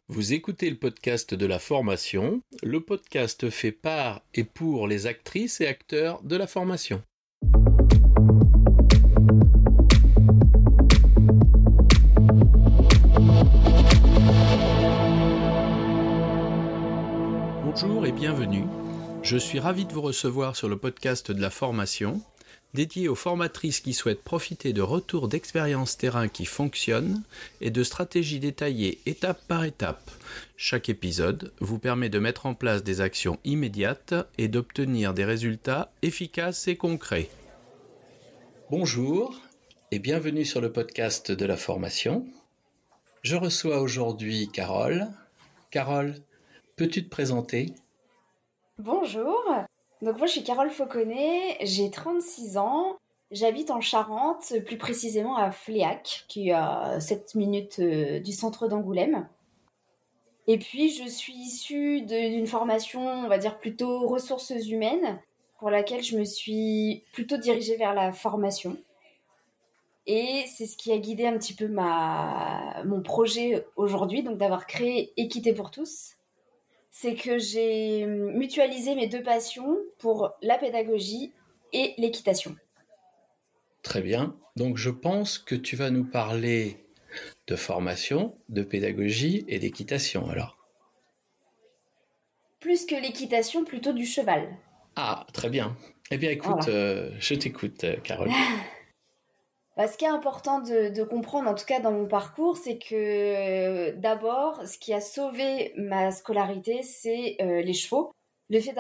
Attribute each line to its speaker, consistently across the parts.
Speaker 1: Vous écoutez le podcast de la formation, le podcast fait par et pour les actrices et acteurs de la formation. Bonjour et bienvenue. Je suis ravi de vous recevoir sur le podcast de la formation, dédié aux formatrices qui souhaitent profiter de retours d'expériences terrain qui fonctionnent et de stratégies détaillées étape par étape. Chaque épisode vous permet de mettre en place des actions immédiates et d'obtenir des résultats efficaces et concrets. Bonjour et bienvenue sur le podcast de la formation. Je reçois aujourd'hui Carole. Carole, peux-tu te présenter ?
Speaker 2: Bonjour, donc moi je suis Carole Fauconnet, j'ai 36 ans, j'habite en Charente, plus précisément à Fléac, qui est à 7 minutes du centre d'Angoulême. Et puis je suis issue d'une formation, on va dire plutôt ressources humaines, pour laquelle je me suis plutôt dirigée vers la formation. Et c'est ce qui a guidé un petit peu mon projet aujourd'hui, donc d'avoir créé Équité pour tous. C'est que j'ai mutualisé mes deux passions pour la pédagogie et l'équitation.
Speaker 1: Très bien. Donc je pense que tu vas nous parler de formation, de pédagogie et d'équitation alors.
Speaker 2: Plus que l'équitation, plutôt du cheval.
Speaker 1: Ah, très bien. Eh bien écoute,
Speaker 2: Voilà.
Speaker 1: je t'écoute Carole.
Speaker 2: Ce qui est important de comprendre, en tout cas dans mon parcours, c'est que d'abord, ce qui a sauvé ma scolarité, c'est les chevaux. Le fait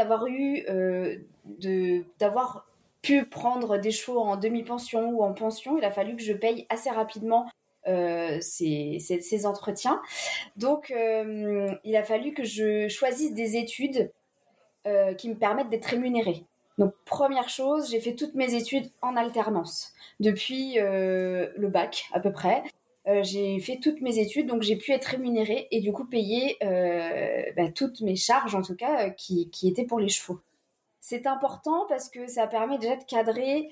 Speaker 2: d'avoir pu prendre des chevaux en demi-pension ou en pension, il a fallu que je paye assez rapidement ces entretiens. Donc, il a fallu que je choisisse des études qui me permettent d'être rémunérée. Donc, première chose, j'ai fait toutes mes études en alternance. Depuis le bac, à peu près, j'ai fait toutes mes études, donc j'ai pu être rémunérée et du coup payer toutes mes charges, en tout cas, qui étaient pour les chevaux. C'est important parce que ça permet déjà de cadrer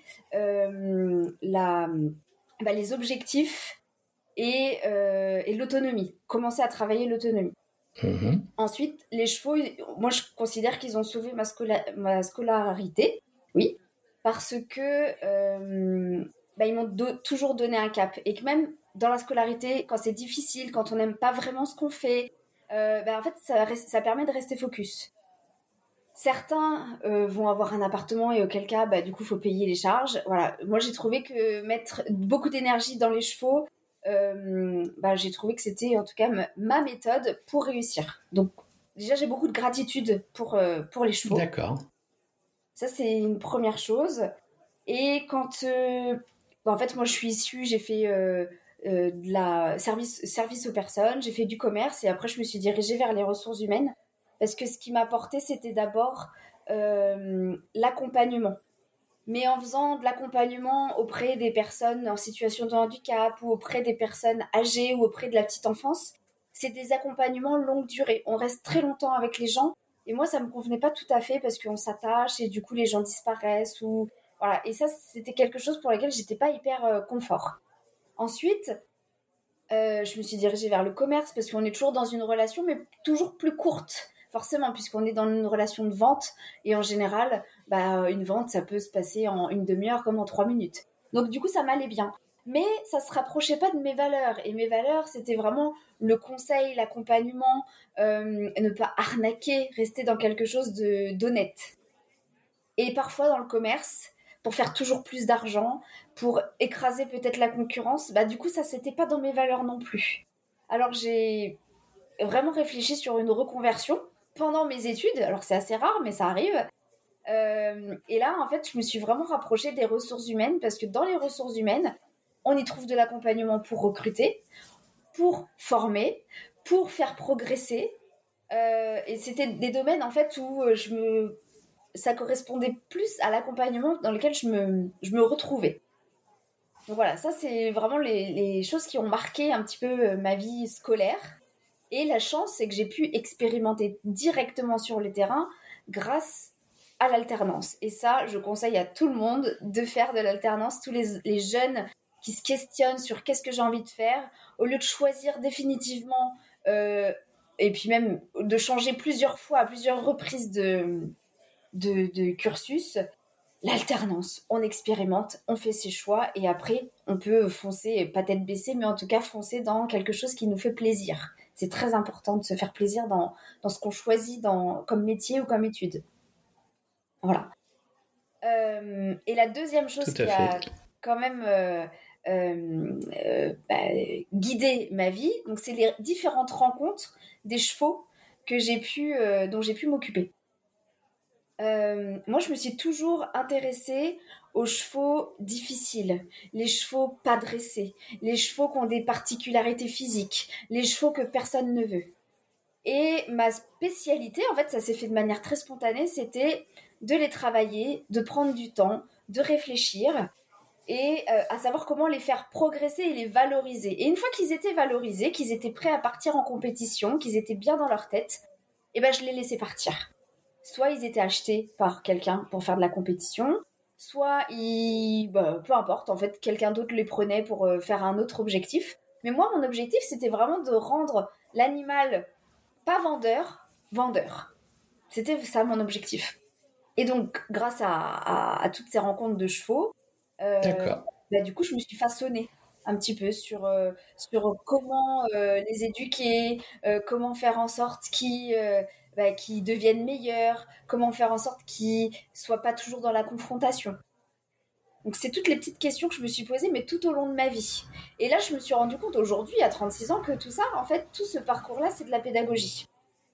Speaker 2: les objectifs et l'autonomie. Commencer à travailler l'autonomie.
Speaker 1: Mmh.
Speaker 2: Ensuite, les chevaux, moi je considère qu'ils ont sauvé ma scolarité, oui, parce que ils m'ont toujours donné un cap. Et que même dans la scolarité, quand c'est difficile, quand on n'aime pas vraiment ce qu'on fait, en fait, ça permet de rester focus. Certains vont avoir un appartement et auquel cas, du coup, il faut payer les charges. Voilà. Moi, j'ai trouvé que mettre beaucoup d'énergie dans les chevaux, j'ai trouvé que c'était en tout cas ma méthode pour réussir. Donc, déjà, j'ai beaucoup de gratitude pour les chevaux.
Speaker 1: D'accord.
Speaker 2: Ça, c'est une première chose. Et quand... en fait, moi, je suis issue, j'ai fait de la service aux personnes, j'ai fait du commerce et après, je me suis dirigée vers les ressources humaines. Parce que ce qui m'apportait, c'était d'abord l'accompagnement. Mais en faisant de l'accompagnement auprès des personnes en situation de handicap ou auprès des personnes âgées ou auprès de la petite enfance, c'est des accompagnements longue durée. On reste très longtemps avec les gens. Et moi, ça me convenait pas tout à fait parce qu'on s'attache et du coup, les gens disparaissent. Voilà. Et ça, c'était quelque chose pour lequel j'étais pas hyper confort. Ensuite, je me suis dirigée vers le commerce parce qu'on est toujours dans une relation, mais toujours plus courte. Forcément, puisqu'on est dans une relation de vente. Et en général, une vente, ça peut se passer en une demi-heure comme en 3 minutes. Donc, du coup, ça m'allait bien. Mais ça se rapprochait pas de mes valeurs. Et mes valeurs, c'était vraiment le conseil, l'accompagnement, ne pas arnaquer, rester dans quelque chose d'honnête. Et parfois, dans le commerce, pour faire toujours plus d'argent, pour écraser peut-être la concurrence, du coup, ça, c'était pas dans mes valeurs non plus. Alors, j'ai vraiment réfléchi sur une reconversion pendant mes études. Alors, c'est assez rare, mais ça arrive. Et là, en fait, je me suis vraiment rapprochée des ressources humaines parce que dans les ressources humaines, on y trouve de l'accompagnement pour recruter, pour former, pour faire progresser. Et c'était des domaines, en fait, où ça correspondait plus à l'accompagnement dans lequel je me retrouvais. Donc voilà, ça, c'est vraiment les choses qui ont marqué un petit peu ma vie scolaire. Et la chance, c'est que j'ai pu expérimenter directement sur le terrain grâce à l'alternance. Et ça, je conseille à tout le monde de faire de l'alternance. Tous les jeunes qui se questionnent sur qu'est-ce que j'ai envie de faire, au lieu de choisir définitivement et puis même de changer plusieurs fois, à plusieurs reprises de cursus, l'alternance. On expérimente, on fait ses choix et après, on peut foncer, pas tête baissée, mais en tout cas foncer dans quelque chose qui nous fait plaisir. C'est très important de se faire plaisir dans ce qu'on choisit comme métier ou comme étude. Voilà. Et la deuxième chose qui a quand même guidé ma vie, donc c'est les différentes rencontres des chevaux dont j'ai pu m'occuper. Moi, je me suis toujours intéressée aux chevaux difficiles, les chevaux pas dressés, les chevaux qui ont des particularités physiques, les chevaux que personne ne veut. Et ma spécialité, en fait, ça s'est fait de manière très spontanée, c'était de les travailler, de prendre du temps, de réfléchir et à savoir comment les faire progresser et les valoriser. Et une fois qu'ils étaient valorisés, qu'ils étaient prêts à partir en compétition, qu'ils étaient bien dans leur tête, et ben je les laissais partir. Soit ils étaient achetés par quelqu'un pour faire de la compétition, soit peu importe, en fait, quelqu'un d'autre les prenait pour faire un autre objectif. Mais moi, mon objectif, c'était vraiment de rendre l'animal pas vendeur, vendeur. C'était ça mon objectif. Et donc, grâce à toutes ces rencontres de chevaux, du coup, je me suis façonnée un petit peu sur comment les éduquer, comment faire en sorte qu'ils deviennent meilleurs, comment faire en sorte qu'ils soient pas toujours dans la confrontation. Donc, c'est toutes les petites questions que je me suis posées, mais tout au long de ma vie. Et là, je me suis rendu compte aujourd'hui, à 36 ans, que tout ça, en fait, tout ce parcours-là, c'est de la pédagogie.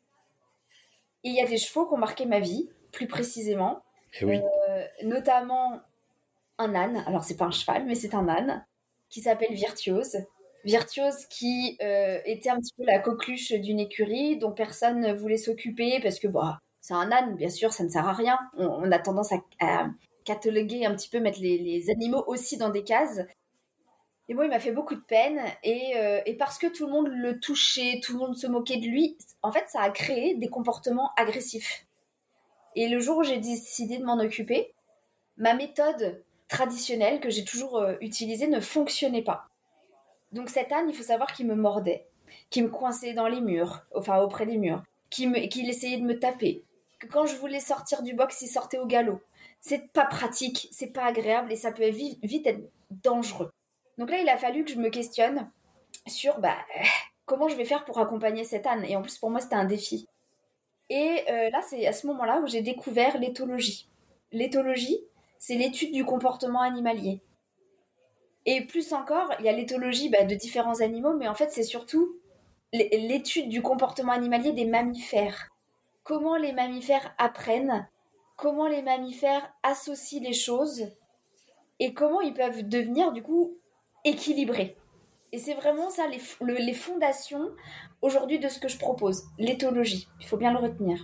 Speaker 2: Et il y a des chevaux qui ont marqué ma vie, plus précisément.
Speaker 1: Oui.
Speaker 2: Notamment un âne. Alors, c'est pas un cheval, mais c'est un âne qui s'appelle Virtuose. Virtuose qui était un petit peu la coqueluche d'une écurie dont personne ne voulait s'occuper parce que c'est un âne, bien sûr, ça ne sert à rien. On a tendance à cataloguer un petit peu, mettre les animaux aussi dans des cases. Et moi, il m'a fait beaucoup de peine. Et parce que tout le monde le touchait, tout le monde se moquait de lui, en fait, ça a créé des comportements agressifs. Et le jour où j'ai décidé de m'en occuper, ma méthode traditionnelle que j'ai toujours utilisée ne fonctionnait pas. Donc cet âne, il faut savoir qu'il me mordait, qu'il me coinçait dans les murs, enfin auprès des murs, qu'il essayait de me taper, que quand je voulais sortir du box, il sortait au galop. C'est pas pratique, c'est pas agréable et ça peut vite être dangereux. Donc là, il a fallu que je me questionne sur comment je vais faire pour accompagner cet âne. Et en plus, pour moi, c'était un défi. Et là, c'est à ce moment-là où j'ai découvert l'éthologie. L'éthologie, c'est l'étude du comportement animalier. Et plus encore, il y a l'éthologie de différents animaux, mais en fait, c'est surtout l'étude du comportement animalier des mammifères. Comment les mammifères apprennent, comment les mammifères associent les choses et comment ils peuvent devenir, du coup, équilibrés. Et c'est vraiment ça, les fondations aujourd'hui de ce que je propose, l'éthologie. Il faut bien le retenir.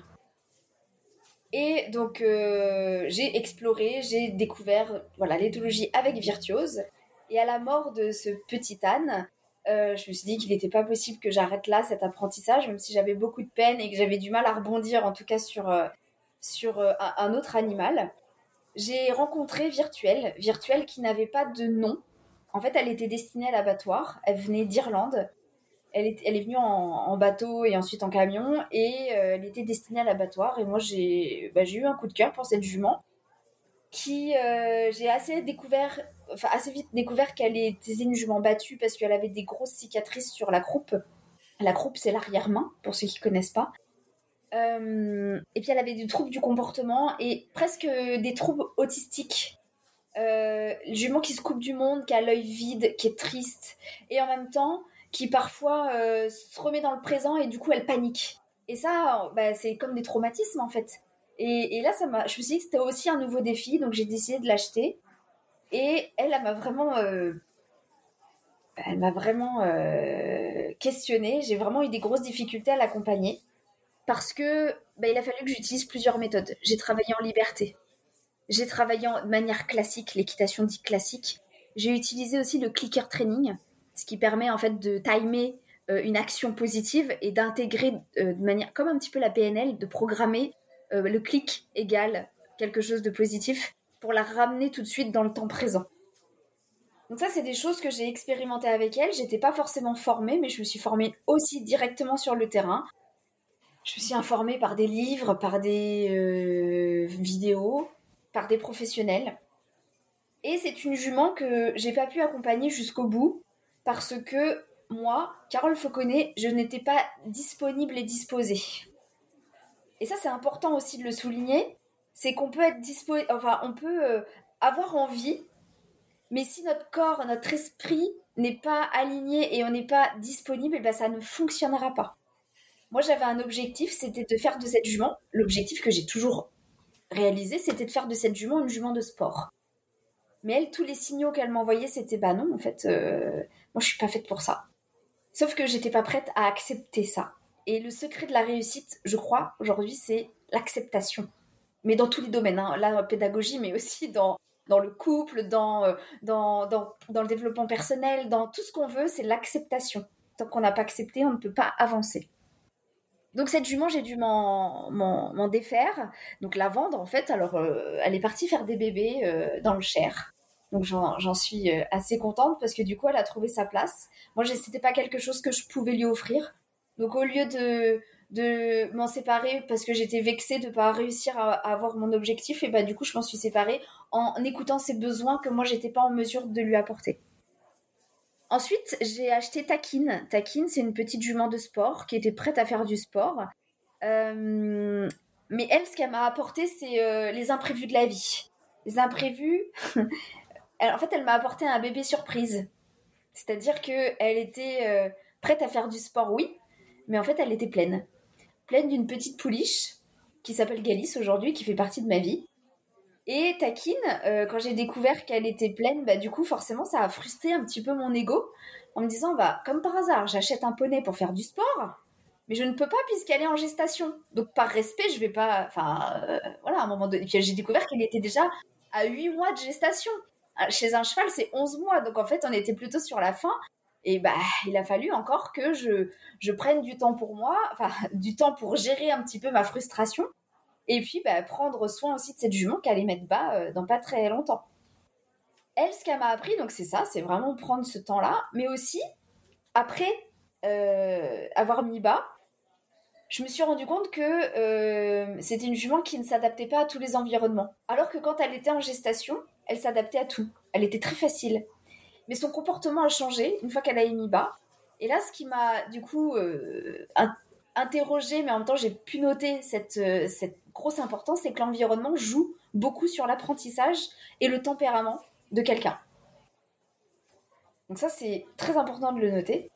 Speaker 2: Et donc, j'ai exploré, j'ai découvert l'éthologie avec Virtuose. Et à la mort de ce petit âne, je me suis dit qu'il n'était pas possible que j'arrête là cet apprentissage, même si j'avais beaucoup de peine et que j'avais du mal à rebondir, en tout cas sur un autre animal. J'ai rencontré Virtuelle qui n'avait pas de nom. En fait, elle était destinée à l'abattoir. Elle venait d'Irlande. Elle est venue en bateau et ensuite en camion et elle était destinée à l'abattoir. Et moi, j'ai eu un coup de cœur pour cette jument qui, j'ai assez vite découvert qu'elle était une jument battue parce qu'elle avait des grosses cicatrices sur la croupe. La croupe, c'est l'arrière-main, pour ceux qui ne connaissent pas. Et puis elle avait des troubles du comportement et presque des troubles autistiques. Jument qui se coupe du monde, qui a l'œil vide, qui est triste et en même temps qui parfois se remet dans le présent et du coup elle panique. Et ça, c'est comme des traumatismes en fait. Et là, je me suis dit que c'était aussi un nouveau défi, donc j'ai décidé de l'acheter. Et elle m'a vraiment, questionnée. J'ai vraiment eu des grosses difficultés à l'accompagner parce que il a fallu que j'utilise plusieurs méthodes. J'ai travaillé en liberté. J'ai travaillé de manière classique, l'équitation dite classique. J'ai utilisé aussi le clicker training, ce qui permet en fait de timer une action positive et d'intégrer de manière, comme un petit peu la PNL, de programmer le clic égale quelque chose de positif pour la ramener tout de suite dans le temps présent. Donc ça, c'est des choses que j'ai expérimentées avec elle. J'étais pas forcément formée, mais je me suis formée aussi directement sur le terrain Je me suis informée par des livres, par des vidéos, par des professionnels. Et c'est une jument que j'ai pas pu accompagner jusqu'au bout parce que moi, Carole Fauconnet, je n'étais pas disponible et disposée. Et ça, c'est important aussi de le souligner, c'est qu'on peut être on peut avoir envie, mais si notre corps, notre esprit n'est pas aligné et on n'est pas disponible, et ben ça ne fonctionnera pas. Moi, j'avais un objectif, c'était de faire de cette jument, l'objectif que j'ai toujours réalisé, c'était de faire de cette jument une jument de sport. Mais elle, tous les signaux qu'elle m'envoyait, c'était bah non, en fait, moi, je suis pas faite pour ça. Sauf que j'étais pas prête à accepter ça. Et le secret de la réussite, je crois, aujourd'hui, c'est l'acceptation. Mais dans tous les domaines, hein. La pédagogie, mais aussi dans le couple, dans le développement personnel, dans tout ce qu'on veut, c'est l'acceptation. Tant qu'on n'a pas accepté, on ne peut pas avancer. Donc cette jument, j'ai dû m'en défaire, donc la vendre en fait. Alors elle est partie faire des bébés dans le Cher. Donc j'en suis assez contente parce que du coup elle a trouvé sa place. Moi c'était pas quelque chose que je pouvais lui offrir. Donc au lieu de m'en séparer parce que j'étais vexée de pas réussir à avoir mon objectif, et bah du coup je m'en suis séparée en écoutant ses besoins que moi j'étais pas en mesure de lui apporter. Ensuite, j'ai acheté Taquine. Taquine, c'est une petite jument de sport qui était prête à faire du sport. Mais elle, ce qu'elle m'a apporté, c'est les imprévus de la vie. Les imprévus... En fait, elle m'a apporté un bébé surprise. C'est-à-dire qu'elle était prête à faire du sport, oui, mais en fait, elle était pleine. Pleine d'une petite pouliche qui s'appelle Galice aujourd'hui, qui fait partie de ma vie. Et Taquine, quand j'ai découvert qu'elle était pleine, bah, du coup, forcément, ça a frustré un petit peu mon ego en me disant, bah, comme par hasard, j'achète un poney pour faire du sport, mais je ne peux pas puisqu'elle est en gestation. Donc, par respect, je vais pas. Enfin, voilà, à un moment donné. Puis j'ai découvert qu'elle était déjà à 8 mois de gestation. Chez un cheval, c'est 11 mois. Donc, en fait, on était plutôt sur la fin. Et bah, il a fallu encore que je prenne du temps pour moi, enfin, du temps pour gérer un petit peu ma frustration. Et puis, bah, prendre soin aussi de cette jument qui allait mettre bas dans pas très longtemps. Elle, ce qu'elle m'a appris, donc c'est ça, c'est vraiment prendre ce temps-là. Mais aussi, après avoir mis bas, je me suis rendu compte que c'était une jument qui ne s'adaptait pas à tous les environnements. Alors que quand elle était en gestation, elle s'adaptait à tout. Elle était très facile. Mais son comportement a changé une fois qu'elle a mis bas. Et là, ce qui m'a du coup interrogée, mais en même temps j'ai pu noter cette grosse importance, c'est que l'environnement joue beaucoup sur l'apprentissage et le tempérament de quelqu'un. Donc ça, c'est très important de le noter.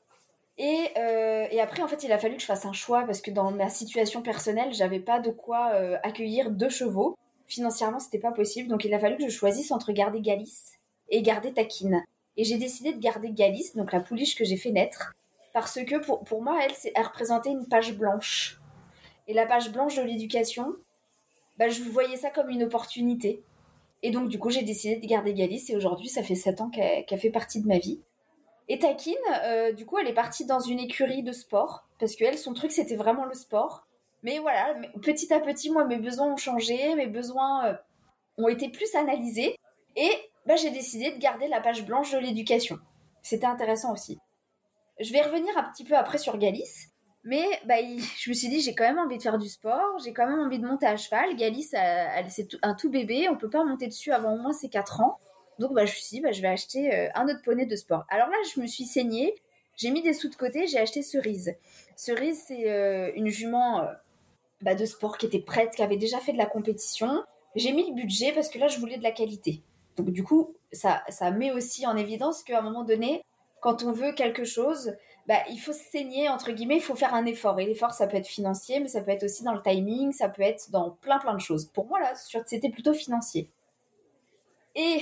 Speaker 2: Et après, en fait, il a fallu que je fasse un choix parce que dans ma situation personnelle, j'avais pas de quoi accueillir 2 chevaux. Financièrement, c'était pas possible. Donc il a fallu que je choisisse entre garder Galice et garder Taquine. Et j'ai décidé de garder Galice, donc la pouliche que j'ai fait naître, parce que pour moi, elle représentait une page blanche. Et la page blanche de l'éducation, bah, je voyais ça comme une opportunité. Et donc, du coup, j'ai décidé de garder Galice. Et aujourd'hui, ça fait 7 ans qu'elle fait partie de ma vie. Et Taquine, du coup, elle est partie dans une écurie de sport. Parce qu'elle, son truc, c'était vraiment le sport. Mais voilà, petit à petit, moi, mes besoins ont changé. Mes besoins ont été plus analysés. Et bah, j'ai décidé de garder la page blanche de l'éducation. C'était intéressant aussi. Je vais revenir un petit peu après sur Galice. Mais bah, je me suis dit, j'ai quand même envie de faire du sport, j'ai quand même envie de monter à cheval. Galice, c'est un tout bébé, on peut pas monter dessus avant au moins ses 4 ans. Donc bah, je me suis dit, bah, je vais acheter un autre poney de sport. Alors là, je me suis saignée, j'ai mis des sous de côté, j'ai acheté Cerise. Cerise, c'est une jument bah, de sport qui était prête, qui avait déjà fait de la compétition. J'ai mis le budget parce que là, je voulais de la qualité. Donc du coup, ça met aussi en évidence qu'à un moment donné, quand on veut quelque chose, bah, il faut se saigner, entre guillemets, il faut faire un effort. Et l'effort, ça peut être financier, mais ça peut être aussi dans le timing, ça peut être dans plein de choses. Pour moi, là, c'était plutôt financier. Et,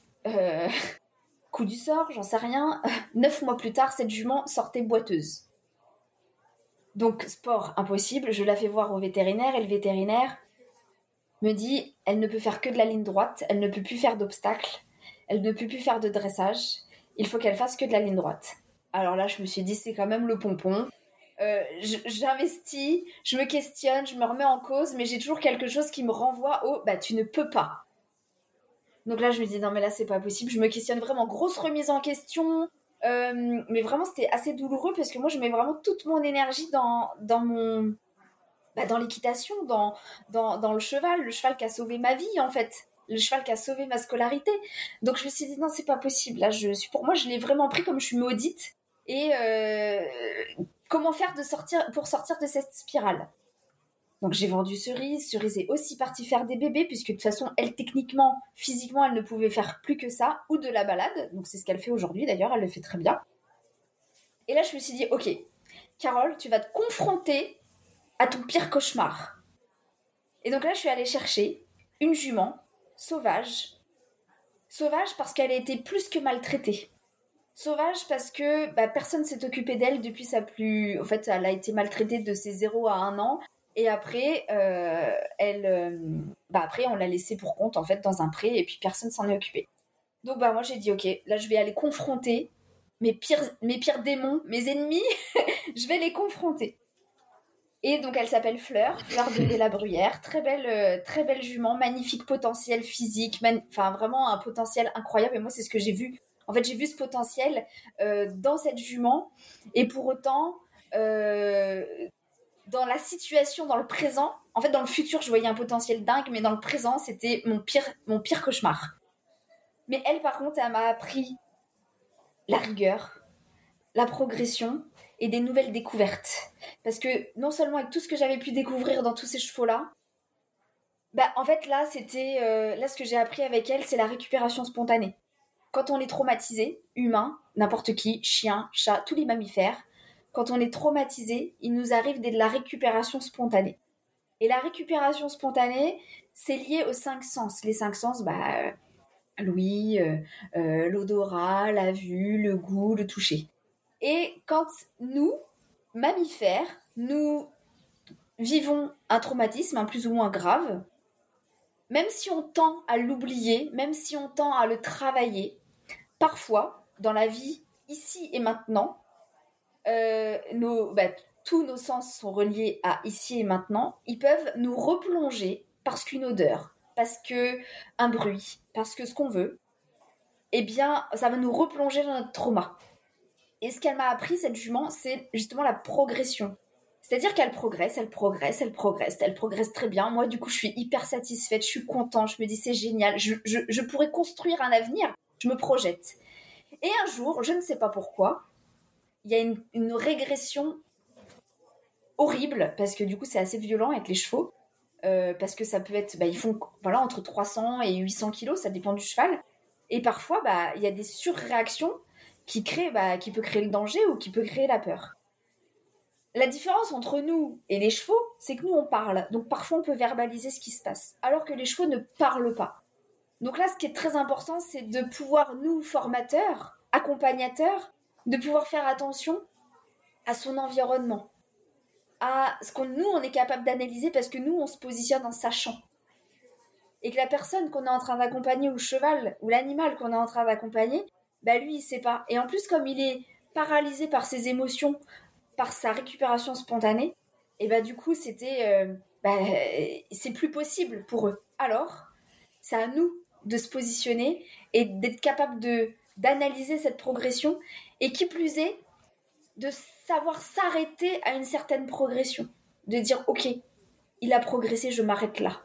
Speaker 2: coup du sort, j'en sais rien, 9 mois plus tard, cette jument sortait boiteuse. Donc, sport, impossible, je la fais voir au vétérinaire, et le vétérinaire me dit, elle ne peut faire que de la ligne droite, elle ne peut plus faire d'obstacles, elle ne peut plus faire de dressage, il faut qu'elle fasse que de la ligne droite. Alors là, je me suis dit, c'est quand même le pompon. J'investis, je me questionne, je me remets en cause, mais j'ai toujours quelque chose qui me renvoie au bah tu ne peux pas. Donc là, je me dis non mais là c'est pas possible. Je me questionne vraiment, grosse remise en question. Mais vraiment c'était assez douloureux parce que moi je mets vraiment toute mon énergie dans dans l'équitation, dans le cheval qui a sauvé ma vie en fait, le cheval qui a sauvé ma scolarité. Donc je me suis dit non, c'est pas possible. Là, pour moi, je l'ai vraiment pris comme je suis maudite. Et comment faire pour sortir de cette spirale. Donc j'ai vendu Cerise. Cerise est aussi partie faire des bébés, puisque de toute façon, elle, techniquement, physiquement, elle ne pouvait faire plus que ça, ou de la balade. Donc c'est ce qu'elle fait aujourd'hui, d'ailleurs, elle le fait très bien. Et là, je me suis dit, ok, Carole, tu vas te confronter à ton pire cauchemar. Et donc là, je suis allée chercher une jument sauvage. Sauvage parce qu'elle a été plus que maltraitée. Sauvage parce que personne s'est occupé d'elle depuis sa plus... En fait, elle a été maltraitée de ses 0 à 1 an. Et après, après, on l'a laissée pour compte, en fait, dans un pré. Et puis, personne s'en est occupé. Donc, moi, j'ai dit, OK, là, je vais aller confronter mes pires démons, mes ennemis. Je vais les confronter. Et donc, elle s'appelle Fleur de la Bruyère. Très belle jument, magnifique potentiel physique. Enfin, vraiment un potentiel incroyable. Et moi, c'est ce que j'ai vu. En fait, j'ai vu ce potentiel dans cette jument. Et pour autant, dans la situation, dans le présent, en fait, dans le futur, je voyais un potentiel dingue, mais dans le présent, c'était mon pire cauchemar. Mais elle, par contre, elle m'a appris la rigueur, la progression et des nouvelles découvertes. Parce que non seulement avec tout ce que j'avais pu découvrir dans tous ces chevaux-là, en fait, là, là, ce que j'ai appris avec elle, c'est la récupération spontanée. Quand on est traumatisé, humain, n'importe qui, chien, chat, tous les mammifères, quand on est traumatisé, il nous arrive de la récupération spontanée. Et la récupération spontanée, c'est lié aux 5 sens. Les 5 sens, l'ouïe, l'odorat, la vue, le goût, le toucher. Et quand nous, mammifères, nous vivons un traumatisme, un plus ou moins grave, même si on tend à l'oublier, même si on tend à le travailler, parfois, dans la vie, ici et maintenant, tous nos sens sont reliés à ici et maintenant, ils peuvent nous replonger parce qu'une odeur, parce qu'un bruit, parce que ce qu'on veut, eh bien, ça va nous replonger dans notre trauma. Et ce qu'elle m'a appris, cette jument, c'est justement la progression. C'est-à-dire qu'elle progresse, elle progresse très bien. Moi, du coup, je suis hyper satisfaite, je suis contente, je me dis c'est génial, je pourrais construire un avenir, je me projette. Et un jour, je ne sais pas pourquoi, il y a une régression horrible, parce que du coup, c'est assez violent avec les chevaux, parce que ça peut être, ils font entre 300 et 800 kilos, ça dépend du cheval. Et parfois, il y a des surréactions qui peut créer le danger ou qui peut créer la peur. La différence entre nous et les chevaux, c'est que nous, on parle. Donc parfois, on peut verbaliser ce qui se passe, alors que les chevaux ne parlent pas. Donc là, ce qui est très important, c'est de pouvoir, nous, formateurs, accompagnateurs, de pouvoir faire attention à son environnement, à ce nous, on est capable d'analyser parce que nous, on se positionne en sachant. Et que la personne qu'on est en train d'accompagner, ou le cheval, ou l'animal qu'on est en train d'accompagner, lui, il sait pas. Et en plus, comme il est paralysé par ses émotions, par sa récupération spontanée, et du coup, c'est plus possible pour eux. Alors, c'est à nous de se positionner et d'être capable d'analyser cette progression, et qui plus est, de savoir s'arrêter à une certaine progression. De dire, ok, il a progressé, je m'arrête là.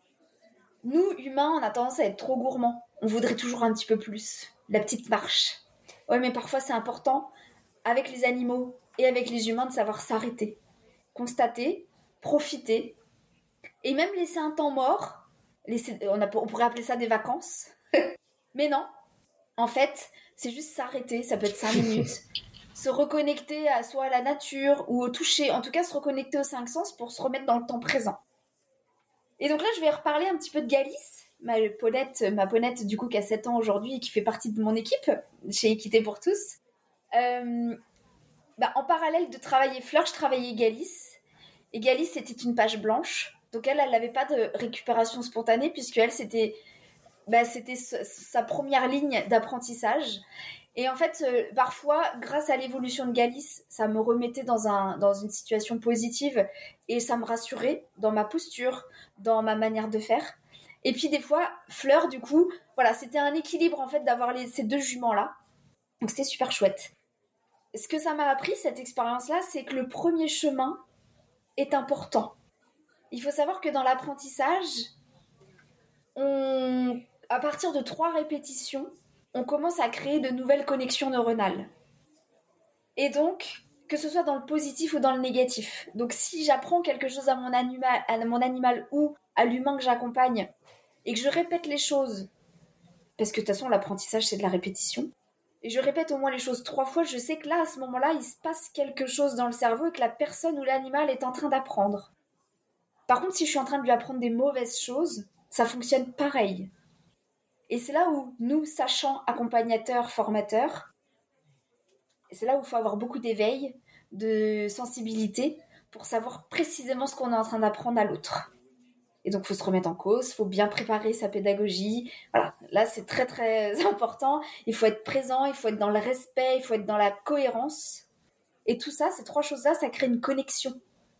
Speaker 2: Nous, humains, on a tendance à être trop gourmands. On voudrait toujours un petit peu plus. La petite marche. Ouais, mais parfois, c'est important, avec les animaux et avec les humains, de savoir s'arrêter. Constater, profiter, et même laisser un temps mort. On pourrait appeler ça des vacances. Mais non, en fait, c'est juste s'arrêter. Ça peut être 5 minutes. Se reconnecter soit à la nature ou au toucher. En tout cas, se reconnecter aux 5 sens pour se remettre dans le temps présent. Et donc là, je vais reparler un petit peu de Galice, ma ponette du coup qui a 7 ans aujourd'hui et qui fait partie de mon équipe chez Équité pour tous. En parallèle de travailler Fleur, je travaillais Galice. Et Galice, c'était une page blanche. Donc elle n'avait pas de récupération spontanée, puisque elle, c'était sa première ligne d'apprentissage. Et en fait, parfois, grâce à l'évolution de Galice, ça me remettait dans une situation positive, et ça me rassurait dans ma posture, dans ma manière de faire. Et puis des fois, Fleur, du coup, voilà, c'était un équilibre en fait d'avoir ces deux juments-là. Donc c'était super chouette. Ce que ça m'a appris, cette expérience-là, c'est que le premier chemin est important. il faut savoir que dans l'apprentissage, à partir de 3 répétitions, on commence à créer de nouvelles connexions neuronales. Et donc, que ce soit dans le positif ou dans le négatif. Donc, si j'apprends quelque chose à mon animal ou à l'humain que j'accompagne, et que je répète les choses, parce que de toute façon, l'apprentissage, c'est de la répétition, et je répète au moins les choses 3 fois, je sais que là, à ce moment-là, il se passe quelque chose dans le cerveau et que la personne ou l'animal est en train d'apprendre. Par contre, si je suis en train de lui apprendre des mauvaises choses, ça fonctionne pareil. Et c'est là où nous, sachants, accompagnateurs, formateurs, c'est là où il faut avoir beaucoup d'éveil, de sensibilité, pour savoir précisément ce qu'on est en train d'apprendre à l'autre. Et donc, il faut se remettre en cause, il faut bien préparer sa pédagogie. Voilà, là, c'est très, très important. Il faut être présent, il faut être dans le respect, il faut être dans la cohérence. Et tout ça, ces 3 choses-là, ça crée une connexion.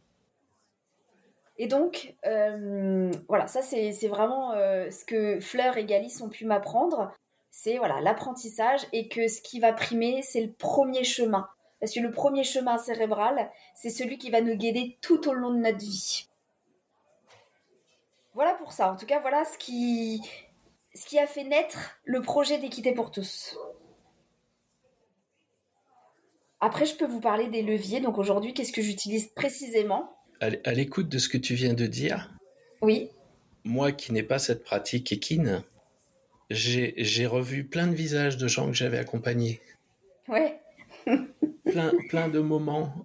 Speaker 2: Et donc, voilà, ça, c'est vraiment ce que Fleur et Galice ont pu m'apprendre. C'est voilà, l'apprentissage et que ce qui va primer, c'est le premier chemin. Parce que le premier chemin cérébral, c'est celui qui va nous guider tout au long de notre vie. Voilà pour ça. En tout cas, voilà ce qui a fait naître le projet d'Équité pour tous. Après, je peux vous parler des leviers. Donc aujourd'hui, qu'est-ce que j'utilise précisément ?
Speaker 1: À l'écoute de ce que tu viens de dire,
Speaker 2: oui.
Speaker 1: Moi qui n'ai pas cette pratique équine, j'ai revu plein de visages de gens que j'avais accompagnés.
Speaker 2: Ouais.
Speaker 1: plein de moments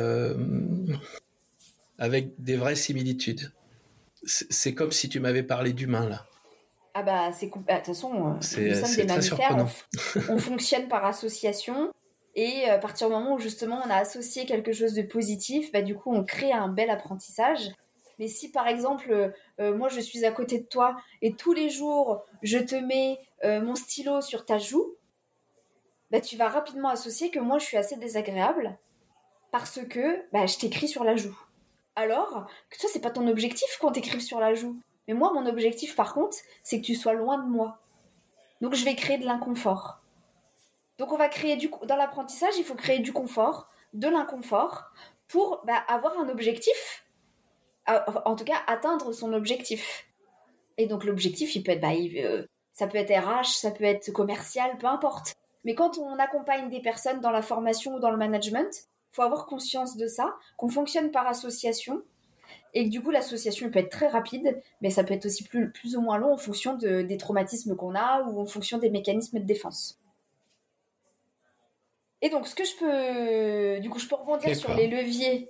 Speaker 1: avec des vraies similitudes. C'est comme si tu m'avais parlé d'humain, là.
Speaker 2: Ah bah, de toute façon, nous sommes des
Speaker 1: mammifères,
Speaker 2: on fonctionne par association, et à partir du moment où justement on a associé quelque chose de positif, bah, du coup on crée un bel apprentissage. Mais si par exemple, moi je suis à côté de toi, et tous les jours je te mets mon stylo sur ta joue, bah, tu vas rapidement associer que moi je suis assez désagréable, parce que bah, je t'écris sur la joue. Alors que toi, c'est pas ton objectif qu'on t'écrive sur la joue. Mais moi, mon objectif, par contre, c'est que tu sois loin de moi. Donc, je vais créer de l'inconfort. Donc, on va créer dans l'apprentissage, il faut créer du confort, de l'inconfort, pour avoir un objectif, en tout cas, atteindre son objectif. Et donc, l'objectif, il peut être, ça peut être RH, ça peut être commercial, peu importe. Mais quand on accompagne des personnes dans la formation ou dans le management, il faut avoir conscience de ça, qu'on fonctionne par association, et que du coup l'association peut être très rapide, mais ça peut être aussi plus ou moins long en fonction des traumatismes qu'on a ou en fonction des mécanismes de défense. Et donc ce que je peux rebondir sur les leviers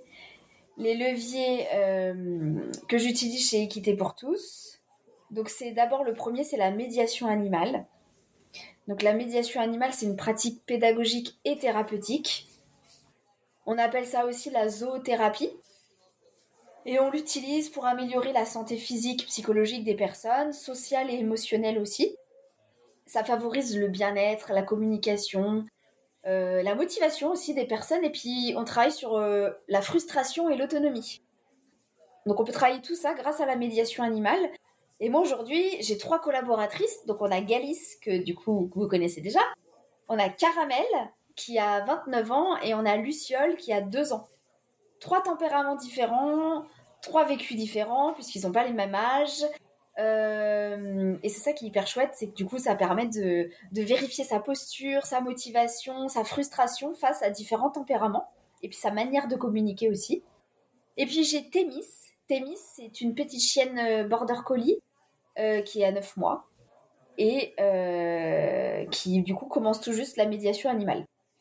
Speaker 2: que j'utilise chez Équité pour tous. Donc c'est d'abord, le premier, c'est la médiation animale. Donc la médiation animale, c'est une pratique pédagogique et thérapeutique. On appelle ça aussi la zoothérapie. Et on l'utilise pour améliorer la santé physique, psychologique des personnes, sociale et émotionnelle aussi. Ça favorise le bien-être, la communication, la motivation aussi des personnes. Et puis, on travaille sur la frustration et l'autonomie. Donc, on peut travailler tout ça grâce à la médiation animale. Et moi, aujourd'hui, j'ai 3 collaboratrices. Donc, on a Galice, que du coup, vous connaissez déjà. On a Caramel, qui a 29 ans. Et on a Luciole, qui a 2 ans. 3 tempéraments différents, 3 vécus différents, puisqu'ils n'ont pas les mêmes âges. Et c'est ça qui est hyper chouette, c'est que du coup, ça permet de vérifier sa posture, sa motivation, sa frustration face à différents tempéraments, et puis sa manière de communiquer aussi. Et puis j'ai Thémis. Thémis, c'est une petite chienne border collie qui a 9 mois, et qui du coup commence tout juste la médiation animale.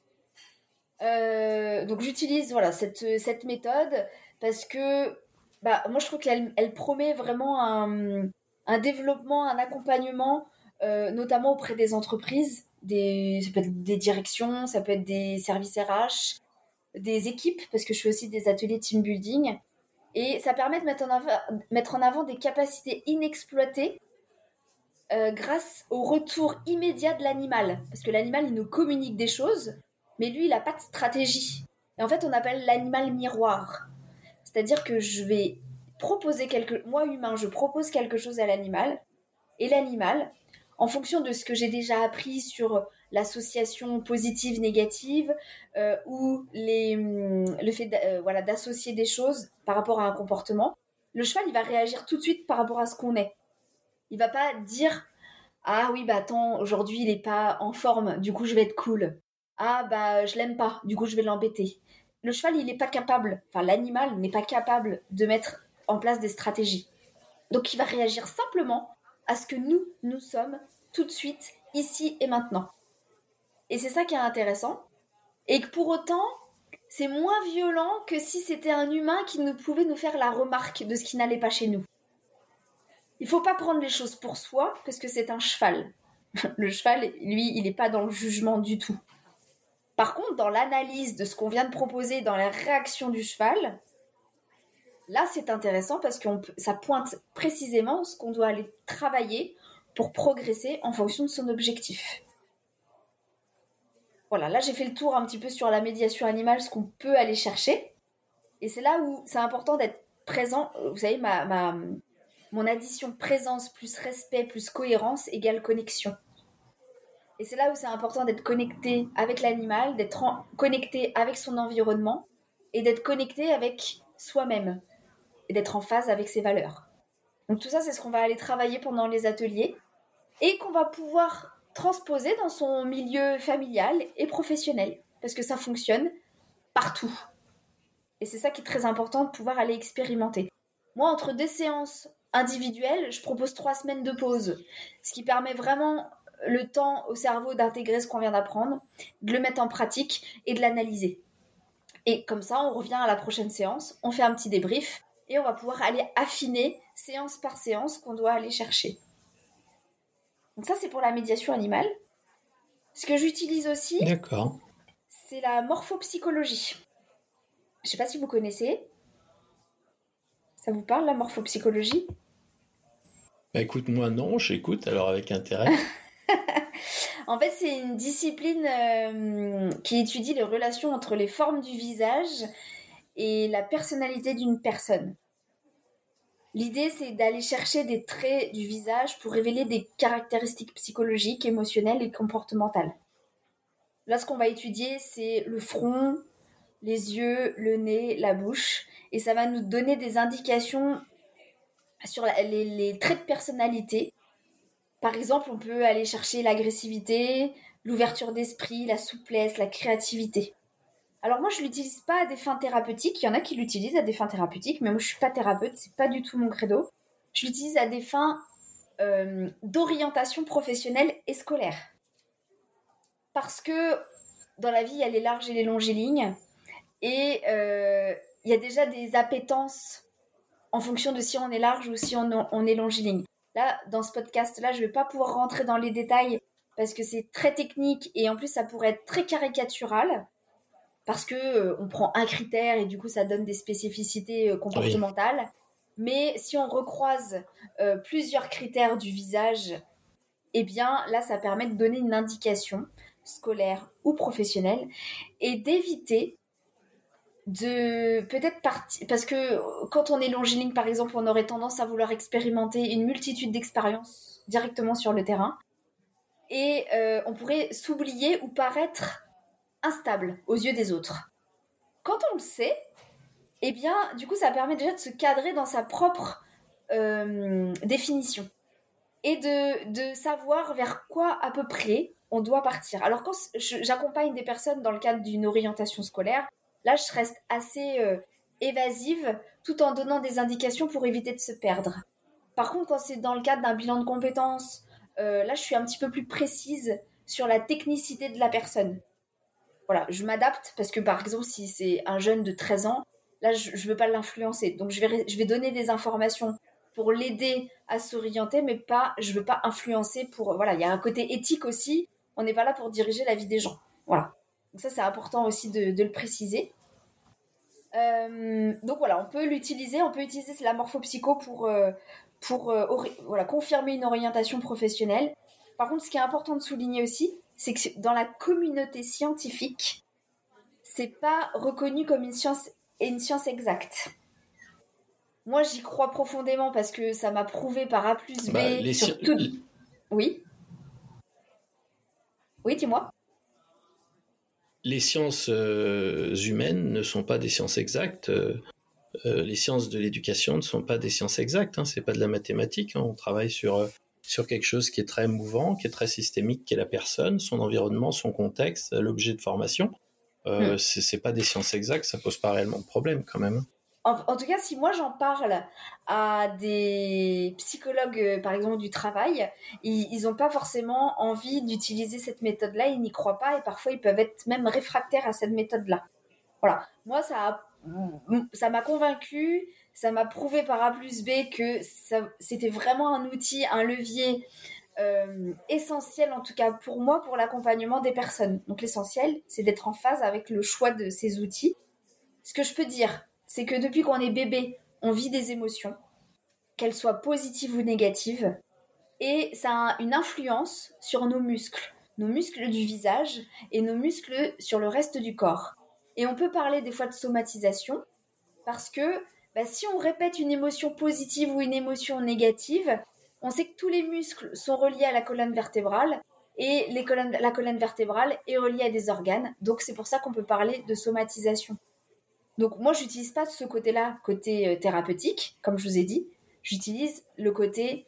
Speaker 2: Donc j'utilise cette méthode parce que moi je trouve qu'elle promet vraiment un développement, un accompagnement, notamment auprès des entreprises, ça peut être des directions, ça peut être des services RH, des équipes, parce que je fais aussi des ateliers team building, et ça permet de mettre en avant des capacités inexploitées grâce au retour immédiat de l'animal, parce que l'animal, il nous communique des choses, mais lui, il n'a pas de stratégie. Et en fait, on appelle l'animal miroir. C'est-à-dire que moi, humain, je propose quelque chose à l'animal, et l'animal, en fonction de ce que j'ai déjà appris sur l'association positive-négative, ou le fait d'associer des choses par rapport à un comportement, le cheval, il va réagir tout de suite par rapport à ce qu'on est. Il va pas dire « Ah oui, bah attends, aujourd'hui, il est pas en forme, du coup, je vais être cool. Ah bah, je l'aime pas, du coup, je vais l'embêter. » Le cheval, il n'est pas capable, enfin, l'animal n'est pas capable de mettre en place des stratégies. Donc, il va réagir simplement à ce que nous sommes tout de suite, ici et maintenant. Et c'est ça qui est intéressant. Et que pour autant, c'est moins violent que si c'était un humain qui pouvait nous faire la remarque de ce qui n'allait pas chez nous. Il faut pas prendre les choses pour soi, parce que c'est un cheval. Le cheval, lui, il n'est pas dans le jugement du tout. Par contre, dans l'analyse de ce qu'on vient de proposer, dans la réaction du cheval, là, c'est intéressant parce que ça pointe précisément ce qu'on doit aller travailler pour progresser en fonction de son objectif. Voilà, là, j'ai fait le tour un petit peu sur la médiation animale, ce qu'on peut aller chercher. Et c'est là où c'est important d'être présent. Vous savez, mon addition présence plus respect plus cohérence égale connexion. Et c'est là où c'est important d'être connecté avec l'animal, d'être connecté avec son environnement et d'être connecté avec soi-même et d'être en phase avec ses valeurs. Donc tout ça, c'est ce qu'on va aller travailler pendant les ateliers et qu'on va pouvoir transposer dans son milieu familial et professionnel parce que ça fonctionne partout. Et c'est ça qui est très important de pouvoir aller expérimenter. Moi, entre des séances individuelles, je propose 3 semaines de pause, ce qui permet vraiment le temps au cerveau d'intégrer ce qu'on vient d'apprendre, de le mettre en pratique et de l'analyser. Et comme ça, on revient à la prochaine séance, on fait un petit débrief et on va pouvoir aller affiner séance par séance qu'on doit aller chercher. Donc ça, c'est pour la médiation animale. Ce que j'utilise aussi,
Speaker 1: D'accord.
Speaker 2: c'est la morphopsychologie. Je ne sais pas si vous connaissez. Ça vous parle, la morphopsychologie ?
Speaker 1: Bah écoute, moi non, j'écoute alors avec intérêt.
Speaker 2: En fait, c'est une discipline qui étudie les relations entre les formes du visage et la personnalité d'une personne. L'idée, c'est d'aller chercher des traits du visage pour révéler des caractéristiques psychologiques, émotionnelles et comportementales. Là, ce qu'on va étudier, c'est le front, les yeux, le nez, la bouche, et ça va nous donner des indications sur les traits de personnalité. Par exemple, on peut aller chercher l'agressivité, l'ouverture d'esprit, la souplesse, la créativité. Alors moi, je l'utilise pas à des fins thérapeutiques. Il y en a qui l'utilisent à des fins thérapeutiques, mais moi, je suis pas thérapeute, c'est pas du tout mon credo. Je l'utilise à des fins d'orientation professionnelle et scolaire. Parce que dans la vie, il y a les larges et les longilignes, et il y a déjà des appétences en fonction de si on est large ou si on est longiligne. Là, dans ce podcast-là, je ne vais pas pouvoir rentrer dans les détails parce que c'est très technique et en plus, ça pourrait être très caricatural parce que on prend un critère et du coup, ça donne des spécificités comportementales. Oui. Mais si on recroise plusieurs critères du visage, eh bien, là, ça permet de donner une indication scolaire ou professionnelle et d'éviter de peut-être partir parce que quand on est longiligne par exemple on aurait tendance à vouloir expérimenter une multitude d'expériences directement sur le terrain et on pourrait s'oublier ou paraître instable aux yeux des autres. Quand on le sait, eh bien du coup ça permet déjà de se cadrer dans sa propre définition et de savoir vers quoi à peu près on doit partir. Alors quand j'accompagne des personnes dans le cadre d'une orientation scolaire, là, je reste assez évasive tout en donnant des indications pour éviter de se perdre. Par contre, quand c'est dans le cadre d'un bilan de compétences, là, je suis un petit peu plus précise sur la technicité de la personne. Voilà, je m'adapte parce que, par exemple, si c'est un jeune de 13 ans, là, je ne veux pas l'influencer. Donc, je vais donner des informations pour l'aider à s'orienter, mais je ne veux pas influencer pour... Voilà, il y a un côté éthique aussi. On n'est pas là pour diriger la vie des gens. Voilà. Donc ça, c'est important aussi de le préciser. Donc voilà, on peut utiliser la morphopsycho pour confirmer une orientation professionnelle. Par contre, ce qui est important de souligner aussi, c'est que dans la communauté scientifique, c'est pas reconnu comme une science exacte. Moi, j'y crois profondément parce que ça m'a prouvé par A plus B sur tout... Oui. Oui, dis-moi.
Speaker 1: Les sciences humaines ne sont pas des sciences exactes. les sciences de l'éducation ne sont pas des sciences exactes, hein, c'est pas de la mathématique, hein, on travaille sur quelque chose qui est très mouvant, qui est très systémique, qui est la personne, son environnement, son contexte, l'objet de formation. C'est pas des sciences exactes, ça pose pas réellement de problème quand même.
Speaker 2: En tout cas, si moi j'en parle à des psychologues, par exemple, du travail, ils n'ont pas forcément envie d'utiliser cette méthode-là, ils n'y croient pas et parfois ils peuvent être même réfractaires à cette méthode-là. Voilà. Moi, ça m'a convaincue, ça m'a prouvé par A plus B que c'était vraiment un outil, un levier essentiel, en tout cas pour moi, pour l'accompagnement des personnes. Donc l'essentiel, c'est d'être en phase avec le choix de ces outils. Ce que je peux dire, c'est que depuis qu'on est bébé, on vit des émotions, qu'elles soient positives ou négatives, et ça a une influence sur nos muscles du visage et nos muscles sur le reste du corps. Et on peut parler des fois de somatisation, parce que si on répète une émotion positive ou une émotion négative, on sait que tous les muscles sont reliés à la colonne vertébrale, et la colonne vertébrale est reliée à des organes, donc c'est pour ça qu'on peut parler de somatisation. Donc moi, j'utilise pas ce côté-là, côté thérapeutique, comme je vous ai dit. J'utilise le côté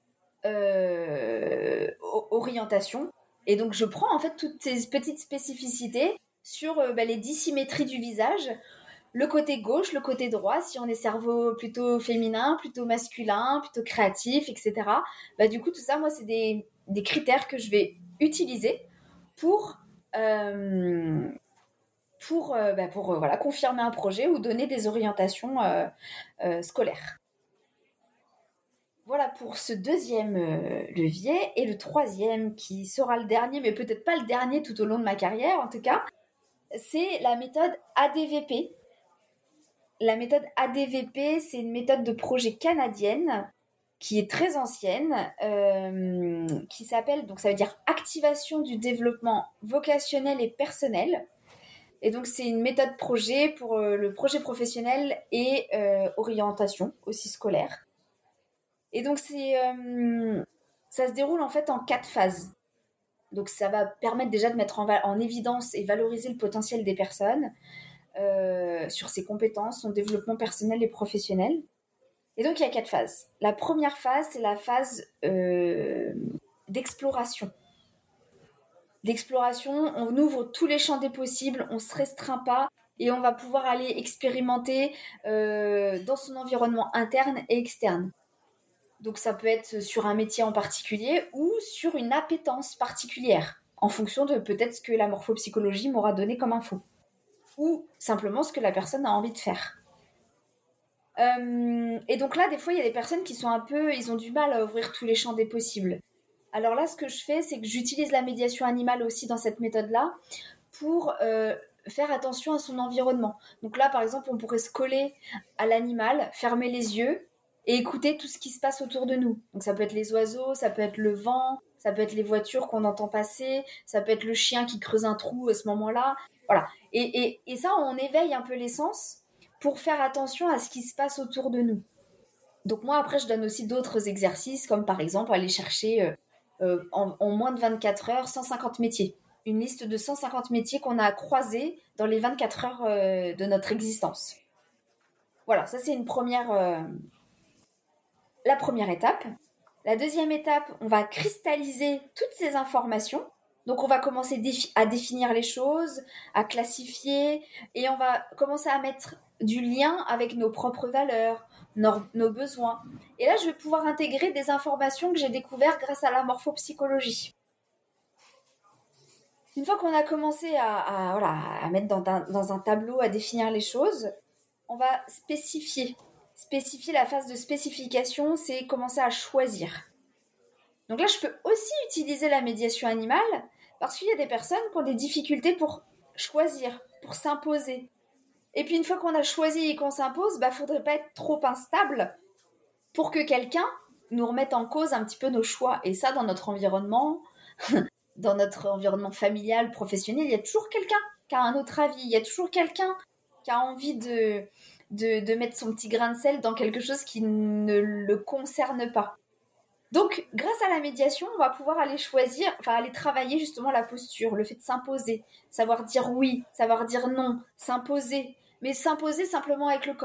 Speaker 2: orientation. Et donc, je prends en fait toutes ces petites spécificités sur les dissymétries du visage, le côté gauche, le côté droit, si on est cerveau plutôt féminin, plutôt masculin, plutôt créatif, etc. Du coup, tout ça, moi, c'est des critères que je vais utiliser pour voilà, confirmer un projet ou donner des orientations scolaires. Voilà pour ce deuxième levier. Et le troisième, qui sera le dernier, mais peut-être pas le dernier tout au long de ma carrière en tout cas, c'est la méthode ADVP. La méthode ADVP, c'est une méthode de projet canadienne qui est très ancienne, qui s'appelle, donc ça veut dire activation du développement vocationnel et personnel. Et donc, c'est une méthode projet pour le projet professionnel et orientation aussi scolaire. Et donc, ça se déroule en fait en 4 phases. Donc, ça va permettre déjà de mettre en évidence et valoriser le potentiel des personnes sur ses compétences, son développement personnel et professionnel. Et donc, il y a 4 phases. La première phase, c'est la phase d'exploration. On ouvre tous les champs des possibles, on ne se restreint pas et on va pouvoir aller expérimenter dans son environnement interne et externe. Donc ça peut être sur un métier en particulier ou sur une appétence particulière, en fonction de peut-être ce que la morphopsychologie m'aura donné comme info, ou simplement ce que la personne a envie de faire. Et donc là, des fois, il y a des personnes qui sont ils ont du mal à ouvrir tous les champs des possibles. Alors là, ce que je fais, c'est que j'utilise la médiation animale aussi dans cette méthode-là pour faire attention à son environnement. Donc là, par exemple, on pourrait se coller à l'animal, fermer les yeux et écouter tout ce qui se passe autour de nous. Donc ça peut être les oiseaux, ça peut être le vent, ça peut être les voitures qu'on entend passer, ça peut être le chien qui creuse un trou à ce moment-là. Voilà. Et ça, on éveille un peu les sens pour faire attention à ce qui se passe autour de nous. Donc moi, après, je donne aussi d'autres exercices, comme par exemple aller chercher en moins de 24 heures 150 métiers. Une liste de 150 métiers qu'on a croisés dans les 24 heures de notre existence. Voilà, ça c'est la première étape. La deuxième étape, on va cristalliser toutes ces informations. Donc on va commencer à définir les choses, à classifier, et on va commencer à mettre du lien avec nos propres valeurs, nos besoins. Et là, je vais pouvoir intégrer des informations que j'ai découvertes grâce à la morphopsychologie. Une fois qu'on a commencé à mettre dans un tableau, à définir les choses, on va spécifier. Spécifier, la phase de spécification, c'est commencer à choisir. Donc là, je peux aussi utiliser la médiation animale parce qu'il y a des personnes qui ont des difficultés pour choisir, pour s'imposer. Et puis une fois qu'on a choisi et qu'on s'impose, faudrait pas être trop instable pour que quelqu'un nous remette en cause un petit peu nos choix. Et ça, dans notre environnement, dans notre environnement familial, professionnel, il y a toujours quelqu'un qui a un autre avis. Il y a toujours quelqu'un qui a envie de mettre son petit grain de sel dans quelque chose qui ne le concerne pas. Donc, grâce à la médiation, on va pouvoir aller aller travailler justement la posture, le fait de s'imposer, savoir dire oui, savoir dire non, s'imposer, mais s'imposer simplement avec le corps.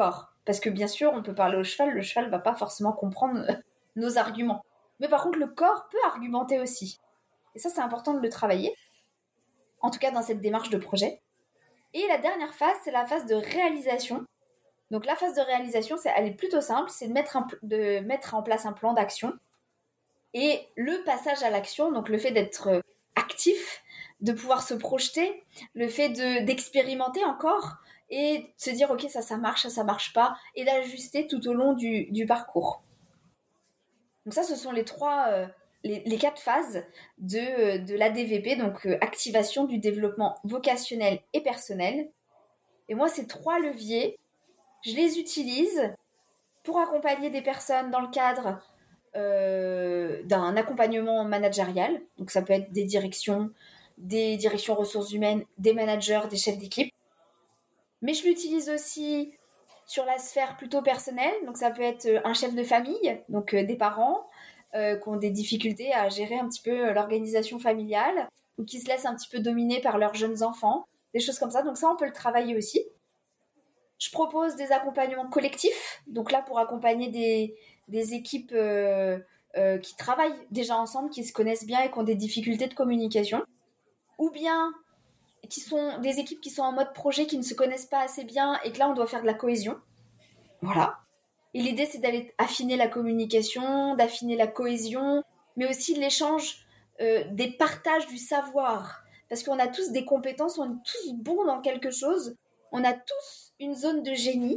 Speaker 2: Parce que bien sûr, on peut parler au cheval, le cheval va pas forcément comprendre nos arguments. Mais par contre, le corps peut argumenter aussi. Et ça, c'est important de le travailler, en tout cas dans cette démarche de projet. Et la dernière phase, c'est la phase de réalisation. Donc la phase de réalisation, elle est plutôt simple, c'est de mettre en place un plan d'action. Et le passage à l'action, donc le fait d'être actif, de pouvoir se projeter, le fait d'expérimenter encore et de se dire ok ça marche, ça marche pas, et d'ajuster tout au long du parcours. Donc ça, ce sont les quatre phases de l'ADVP, donc activation du développement vocationnel et personnel. Et moi, ces 3 leviers, je les utilise pour accompagner des personnes dans le cadre d'un accompagnement managérial. Donc ça peut être des directions ressources humaines, des managers, des chefs d'équipe. Mais je l'utilise aussi sur la sphère plutôt personnelle. Donc ça peut être un chef de famille, donc des parents qui ont des difficultés à gérer un petit peu l'organisation familiale ou qui se laissent un petit peu dominer par leurs jeunes enfants, des choses comme ça. Donc ça, on peut le travailler aussi. Je propose des accompagnements collectifs, donc là pour accompagner des équipes qui travaillent déjà ensemble, qui se connaissent bien et qui ont des difficultés de communication, ou bien qui sont des équipes qui sont en mode projet, qui ne se connaissent pas assez bien et que là on doit faire de la cohésion. Voilà. Et l'idée, c'est d'aller affiner la communication, d'affiner la cohésion, mais aussi de l'échange, des partages du savoir. Parce qu'on a tous des compétences, on est tous bons dans quelque chose, on a tous une zone de génie.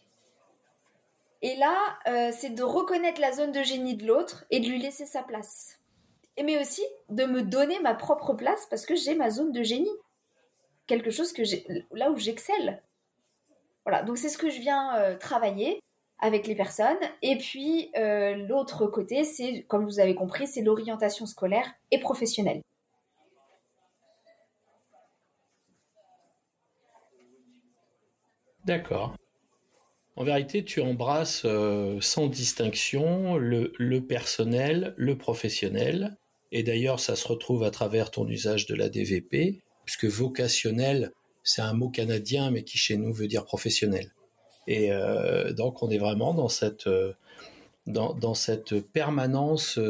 Speaker 2: Et là, c'est de reconnaître la zone de génie de l'autre et de lui laisser sa place. Mais aussi de me donner ma propre place parce que j'ai ma zone de génie. Quelque chose là où j'excelle. Voilà, donc c'est ce que je viens travailler avec les personnes. Et puis, l'autre côté, c'est, comme vous avez compris, c'est l'orientation scolaire et professionnelle.
Speaker 1: D'accord. En vérité, tu embrasses sans distinction le personnel, le professionnel. Et d'ailleurs, ça se retrouve à travers ton usage de la DVP, puisque vocationnel, c'est un mot canadien, mais qui chez nous veut dire professionnel. Et donc, on est vraiment dans cette permanence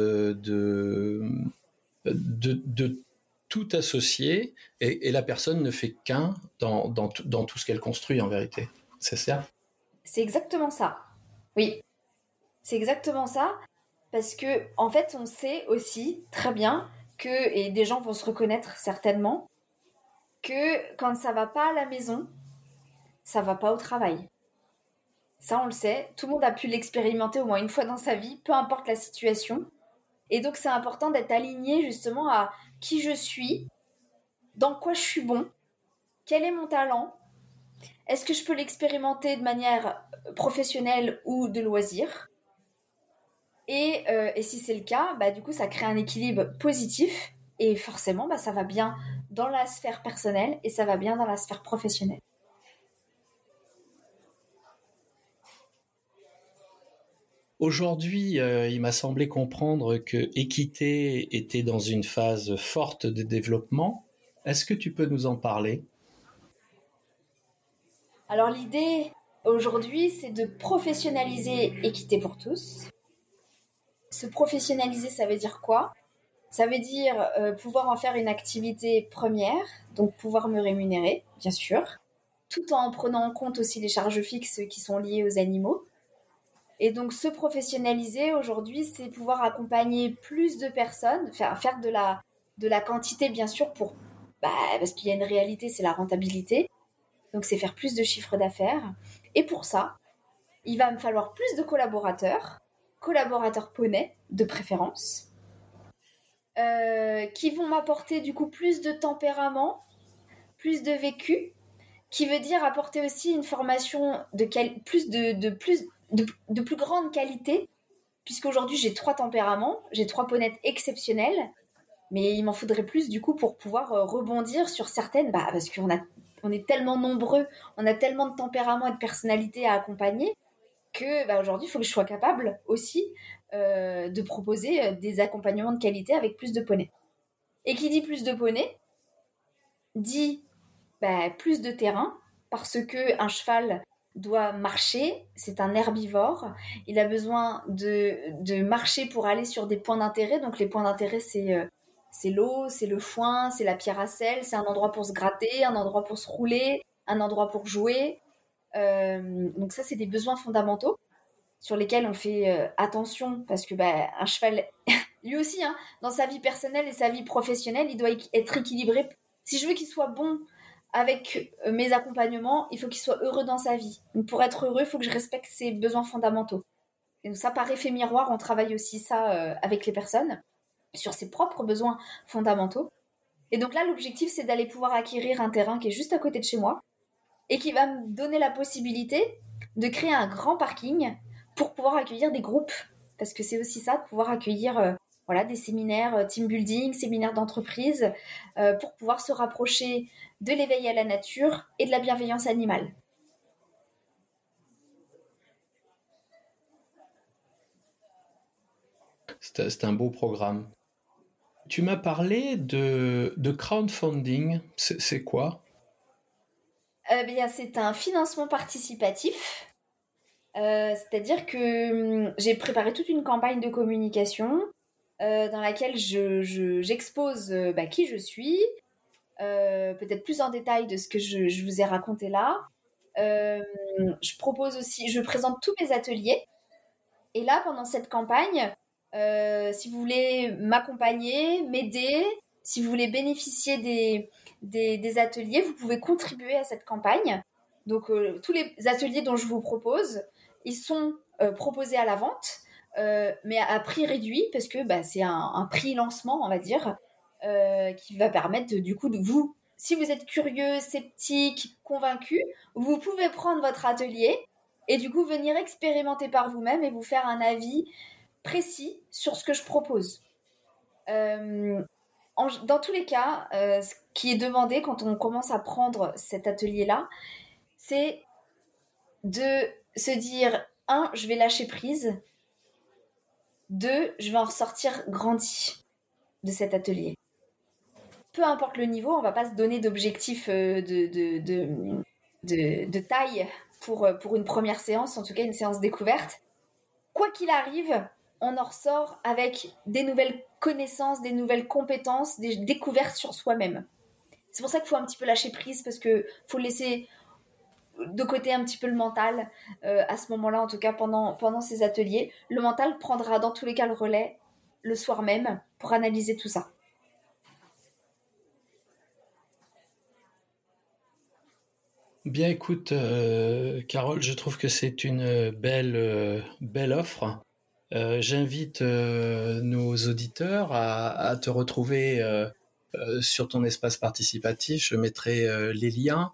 Speaker 1: de tout associer, et la personne ne fait qu'un dans tout ce qu'elle construit en vérité. C'est ça?
Speaker 2: C'est exactement ça. Oui, c'est exactement ça. Parce que, en fait, on sait aussi très bien que, et des gens vont se reconnaître certainement, que quand ça va pas à la maison, ça va pas au travail. Ça, on le sait. Tout le monde a pu l'expérimenter au moins une fois dans sa vie, peu importe la situation. Et donc, c'est important d'être aligné justement à qui je suis, dans quoi je suis bon, quel est mon talent, est-ce que je peux l'expérimenter de manière professionnelle ou de loisir. Et si c'est le cas, bah, du coup, ça crée un équilibre positif. Et forcément, bah, ça va bien dans la sphère personnelle et ça va bien dans la sphère professionnelle.
Speaker 1: Aujourd'hui, il m'a semblé comprendre que Équité était dans une phase forte de développement. Est-ce que tu peux nous en parler?
Speaker 2: Alors l'idée aujourd'hui, c'est de professionnaliser Équité pour tous. Se professionnaliser, ça veut dire quoi? Ça veut dire pouvoir en faire une activité première, donc pouvoir me rémunérer, bien sûr, tout en prenant en compte aussi les charges fixes qui sont liées aux animaux. Et donc se professionnaliser aujourd'hui, c'est pouvoir accompagner plus de personnes, faire de la quantité bien sûr parce qu'il y a une réalité, c'est la rentabilité. Donc c'est faire plus de chiffre d'affaires. Et pour ça, il va me falloir plus de collaborateurs poney de préférence, qui vont m'apporter du coup plus de tempérament, plus de vécu, qui veut dire apporter aussi une formation de plus grande qualité, puisqu'aujourd'hui j'ai 3 tempéraments, j'ai 3 ponettes exceptionnelles, mais il m'en faudrait plus du coup pour pouvoir rebondir sur certaines, parce on est tellement nombreux, on a tellement de tempéraments et de personnalités à accompagner que aujourd'hui il faut que je sois capable aussi de proposer des accompagnements de qualité avec plus de poneys. Et qui dit plus de poneys dit plus de terrain, parce que un cheval doit marcher, c'est un herbivore, il a besoin de marcher pour aller sur des points d'intérêt. Donc les points d'intérêt, c'est l'eau, c'est le foin, c'est la pierre à sel, c'est un endroit pour se gratter, un endroit pour se rouler, un endroit pour jouer. Donc ça, c'est des besoins fondamentaux sur lesquels on fait attention, parce que un cheval, lui aussi, hein, dans sa vie personnelle et sa vie professionnelle, il doit être équilibré. Si je veux qu'il soit bon avec mes accompagnements, il faut qu'il soit heureux dans sa vie. Donc pour être heureux, il faut que je respecte ses besoins fondamentaux. Et donc ça, par effet miroir, on travaille aussi ça avec les personnes, sur ses propres besoins fondamentaux. Et donc là, l'objectif, c'est d'aller pouvoir acquérir un terrain qui est juste à côté de chez moi et qui va me donner la possibilité de créer un grand parking pour pouvoir accueillir des groupes. Parce que c'est aussi ça, de pouvoir accueillir des séminaires team building, séminaires d'entreprise, pour pouvoir se rapprocher de l'éveil à la nature et de la bienveillance animale.
Speaker 1: C'est un beau programme. Tu m'as parlé de crowdfunding. C'est quoi ?
Speaker 2: C'est un financement participatif. C'est-à-dire que j'ai préparé toute une campagne de communication dans laquelle j'expose qui je suis, peut-être plus en détail de ce que je vous ai raconté là. Je propose aussi, je présente tous mes ateliers. Et là, pendant cette campagne, si vous voulez m'accompagner, m'aider, si vous voulez bénéficier des ateliers, vous pouvez contribuer à cette campagne. Donc, tous les ateliers dont je vous propose, ils sont proposés à la vente, mais à prix réduit, parce que c'est un prix lancement, on va dire, qui va permettre du coup de vous, si vous êtes curieux, sceptique, convaincu, vous pouvez prendre votre atelier et du coup venir expérimenter par vous-même et vous faire un avis précis sur ce que je propose. Dans tous les cas, ce qui est demandé quand on commence à prendre cet atelier-là, c'est de se dire 1, je vais lâcher prise, 2, je vais en ressortir grandi de cet atelier. Peu importe le niveau, on ne va pas se donner d'objectif de taille pour une première séance, en tout cas une séance découverte. Quoi qu'il arrive, on en ressort avec des nouvelles connaissances, des nouvelles compétences, des découvertes sur soi-même. C'est pour ça qu'il faut un petit peu lâcher prise, parce qu'il faut laisser de côté un petit peu le mental à ce moment-là, en tout cas pendant ces ateliers. Le mental prendra dans tous les cas le relais le soir même pour analyser tout ça.
Speaker 1: Bien, écoute, Carole, je trouve que c'est une belle offre. J'invite nos auditeurs à te retrouver sur ton espace participatif. Je mettrai les liens.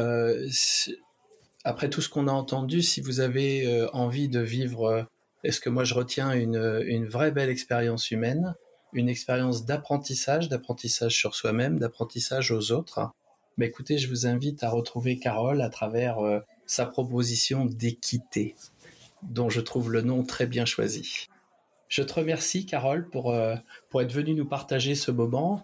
Speaker 1: Après tout ce qu'on a entendu, si vous avez envie de vivre, est-ce que moi je retiens une vraie belle expérience humaine, une expérience d'apprentissage sur soi-même, d'apprentissage aux autres. Mais écoutez, je vous invite à retrouver Carole à travers sa proposition d'équité, dont je trouve le nom très bien choisi. Je te remercie, Carole, pour être venue nous partager ce moment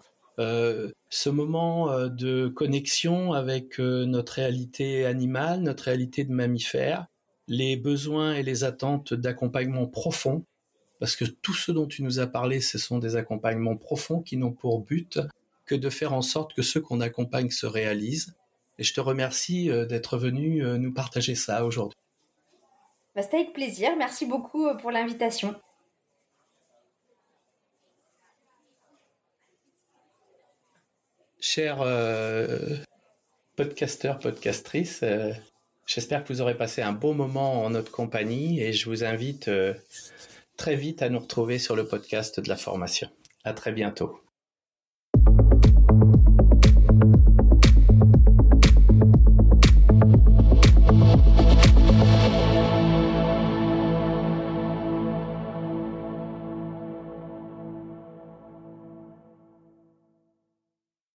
Speaker 1: de connexion avec notre réalité animale, notre réalité de mammifère, les besoins et les attentes d'accompagnement profond, parce que tout ce dont tu nous as parlé, ce sont des accompagnements profonds qui n'ont pour but que de faire en sorte que ceux qu'on accompagne se réalisent. Et je te remercie d'être venu nous partager ça aujourd'hui.
Speaker 2: C'était avec plaisir. Merci beaucoup pour l'invitation.
Speaker 1: Chers podcasteurs, podcastrices, j'espère que vous aurez passé un bon moment en notre compagnie et je vous invite très vite à nous retrouver sur le podcast de la formation. À très bientôt.